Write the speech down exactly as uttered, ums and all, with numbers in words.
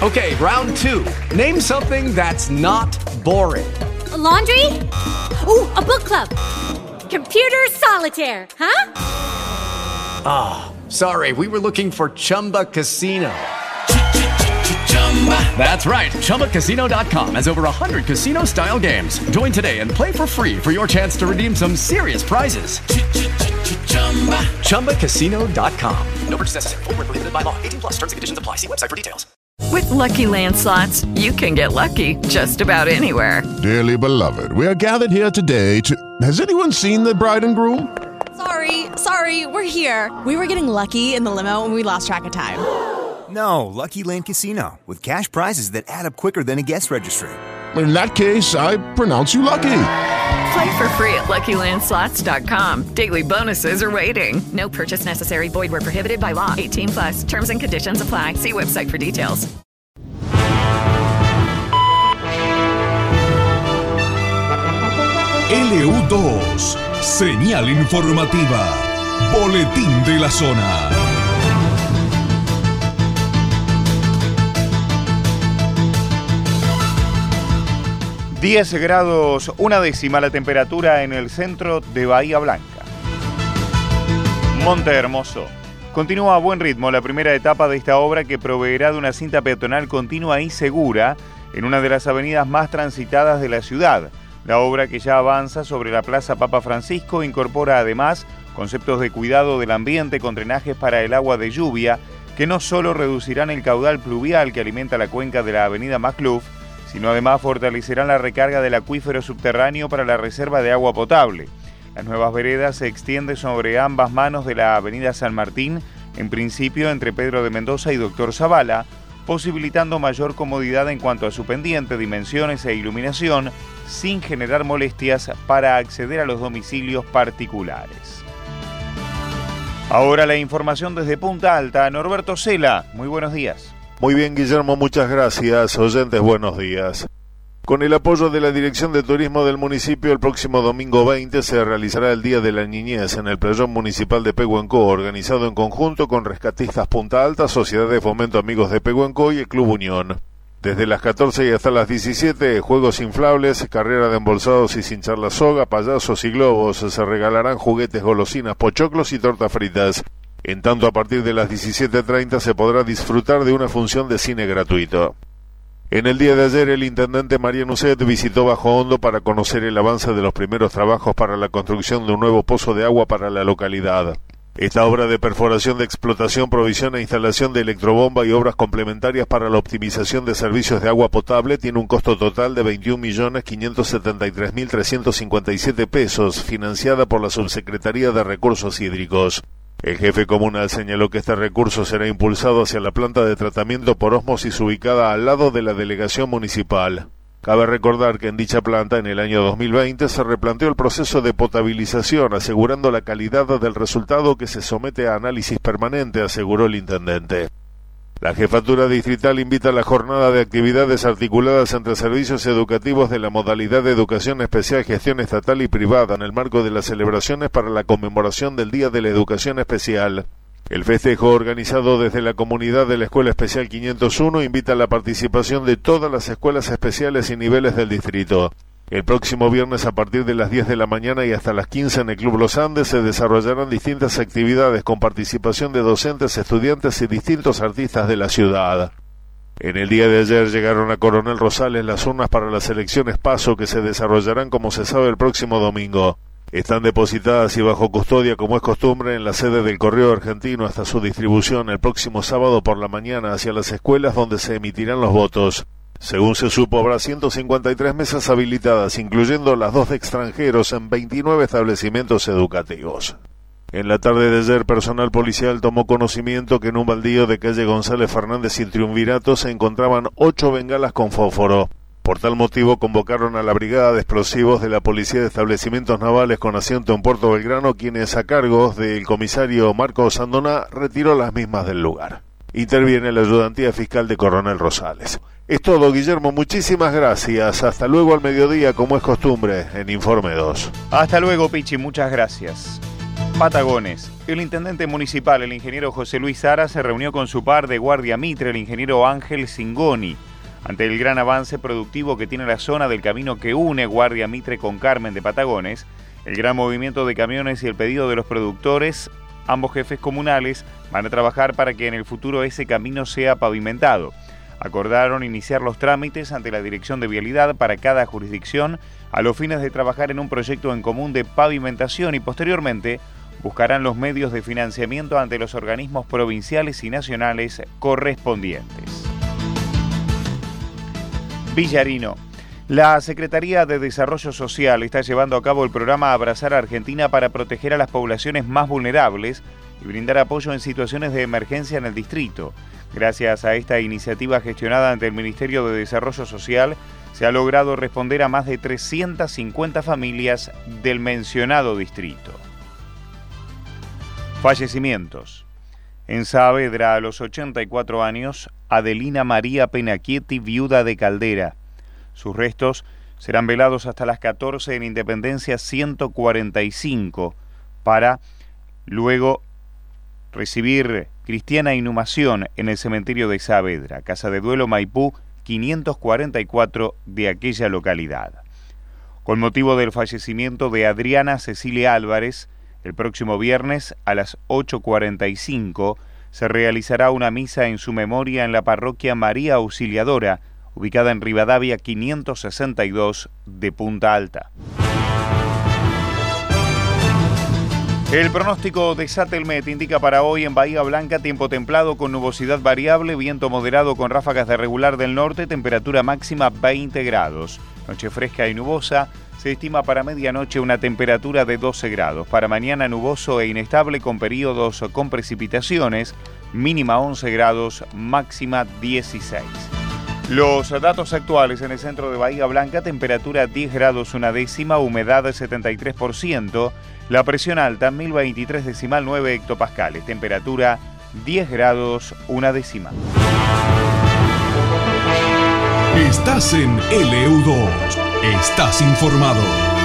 Okay, round two. Name something that's not boring. A laundry? Ooh, a book club. Computer solitaire, huh? Ah, oh, sorry, we were looking for Chumba Casino. That's right, Chumba Casino dot com has over one hundred casino-style games. Join today and play for free for your chance to redeem some serious prizes. Chumba Casino dot com. No purchase necessary. Void where prohibited by law. eighteen plus terms and conditions apply. See website for details. With Lucky Land Slots, you can get lucky just about anywhere. Dearly beloved, we are gathered here today to... Has anyone seen the bride and groom? Sorry, sorry, we're here. We were getting lucky in the limo and we lost track of time. No, Lucky Land Casino, with cash prizes that add up quicker than a guest registry. In that case, I pronounce you lucky. Play for free at Lucky Land Slots dot com. Daily bonuses are waiting. No purchase necessary. Void where prohibited by law. eighteen plus. Terms and conditions apply. See website for details. L U dos, señal informativa, boletín de la zona. diez grados, una décima la temperatura en el centro de Bahía Blanca. Monte Hermoso. Continúa a buen ritmo la primera etapa de esta obra que proveerá de una cinta peatonal continua y segura en una de las avenidas más transitadas de la ciudad. La obra, que ya avanza sobre la Plaza Papa Francisco, incorpora además conceptos de cuidado del ambiente con drenajes para el agua de lluvia que no solo reducirán el caudal pluvial que alimenta la cuenca de la avenida Macluf, sino además fortalecerán la recarga del acuífero subterráneo para la reserva de agua potable. Las nuevas veredas se extienden sobre ambas manos de la avenida San Martín, en principio entre Pedro de Mendoza y Doctor Zavala, posibilitando mayor comodidad en cuanto a su pendiente, dimensiones e iluminación, sin generar molestias para acceder a los domicilios particulares. Ahora la información desde Punta Alta. Norberto Cela, muy buenos días. Muy bien, Guillermo, muchas gracias. Oyentes, buenos días. Con el apoyo de la Dirección de Turismo del municipio, el próximo domingo veinte se realizará el Día de la Niñez en el playón municipal de Pehuenco, organizado en conjunto con Rescatistas Punta Alta, Sociedad de Fomento Amigos de Pehuenco y el Club Unión. Desde las catorce y hasta las diecisiete, juegos inflables, carrera de embolsados y cinchar la soga, payasos y globos. Se regalarán juguetes, golosinas, pochoclos y tortas fritas. En tanto, a partir de las diecisiete treinta se podrá disfrutar de una función de cine gratuito. En el día de ayer, el intendente Mariano Uset visitó Bajo Hondo para conocer el avance de los primeros trabajos para la construcción de un nuevo pozo de agua para la localidad. Esta obra de perforación de explotación, provisión e instalación de electrobomba y obras complementarias para la optimización de servicios de agua potable tiene un costo total de veintiún millones quinientos setenta y tres mil trescientos cincuenta y siete pesos, financiada por la Subsecretaría de Recursos Hídricos. El jefe comunal señaló que este recurso será impulsado hacia la planta de tratamiento por ósmosis ubicada al lado de la delegación municipal. Cabe recordar que en dicha planta, en el año dos mil veinte, se replanteó el proceso de potabilización, asegurando la calidad del resultado que se somete a análisis permanente, aseguró el intendente. La Jefatura Distrital invita a la jornada de actividades articuladas entre servicios educativos de la modalidad de Educación Especial, Gestión Estatal y Privada en el marco de las celebraciones para la conmemoración del Día de la Educación Especial. El festejo, organizado desde la comunidad de la Escuela Especial quinientos uno, invita a la participación de todas las escuelas especiales y niveles del distrito. El próximo viernes, a partir de las diez de la mañana y hasta las quince, en el Club Los Andes se desarrollarán distintas actividades con participación de docentes, estudiantes y distintos artistas de la ciudad. En el día de ayer llegaron a Coronel Rosales las urnas para las elecciones PASO, que se desarrollarán, como se sabe, el próximo domingo. Están depositadas y bajo custodia, como es costumbre, en la sede del Correo Argentino hasta su distribución el próximo sábado por la mañana hacia las escuelas donde se emitirán los votos. Según se supo, habrá ciento cincuenta y tres mesas habilitadas, incluyendo las dos de extranjeros, en veintinueve establecimientos educativos. En la tarde de ayer, personal policial tomó conocimiento que en un baldío de calle González Fernández y Triunvirato se encontraban ocho bengalas con fósforo. Por tal motivo, convocaron a la Brigada de Explosivos de la Policía de Establecimientos Navales con asiento en Puerto Belgrano, quienes, a cargo del comisario Marco Sandoná, retiró las mismas del lugar. Interviene la ayudantía fiscal de Coronel Rosales. Es todo, Guillermo, muchísimas gracias. Hasta luego al mediodía, como es costumbre, en Informe dos. Hasta luego, Pichi, muchas gracias. Patagones. El intendente municipal, el ingeniero José Luis Sara, se reunió con su par de guardia Mitre, el ingeniero Ángel Cingoni. Ante el gran avance productivo que tiene la zona del camino que une Guardia Mitre con Carmen de Patagones, el gran movimiento de camiones y el pedido de los productores, ambos jefes comunales van a trabajar para que en el futuro ese camino sea pavimentado. Acordaron iniciar los trámites ante la Dirección de Vialidad para cada jurisdicción a los fines de trabajar en un proyecto en común de pavimentación y posteriormente buscarán los medios de financiamiento ante los organismos provinciales y nacionales correspondientes. Villarino. La Secretaría de Desarrollo Social está llevando a cabo el programa Abrazar a Argentina para proteger a las poblaciones más vulnerables y brindar apoyo en situaciones de emergencia en el distrito. Gracias a esta iniciativa gestionada ante el Ministerio de Desarrollo Social, se ha logrado responder a más de trescientas cincuenta familias del mencionado distrito. Fallecimientos. En Saavedra, a los ochenta y cuatro años, Adelina María Penaquietti, viuda de Caldera. Sus restos serán velados hasta las catorce en Independencia ciento cuarenta y cinco para luego recibir cristiana inhumación en el cementerio de Saavedra, Casa de Duelo Maipú quinientos cuarenta y cuatro de aquella localidad. Con motivo del fallecimiento de Adriana Cecilia Álvarez, el próximo viernes a las ocho cuarenta y cinco se realizará una misa en su memoria en la parroquia María Auxiliadora, ubicada en Rivadavia quinientos sesenta y dos de Punta Alta. El pronóstico de Satelmet indica para hoy en Bahía Blanca tiempo templado con nubosidad variable, viento moderado con ráfagas de regular del norte, temperatura máxima veinte grados. Noche fresca y nubosa, se estima para medianoche una temperatura de doce grados. Para mañana nuboso e inestable con periodos con precipitaciones, mínima once grados, máxima dieciséis. Los datos actuales en el centro de Bahía Blanca: temperatura diez grados una décima, humedad setenta y tres por ciento, la presión alta mil veintitrés decimal nueve hectopascales, temperatura diez grados una décima. Estás en L U dos. Estás informado.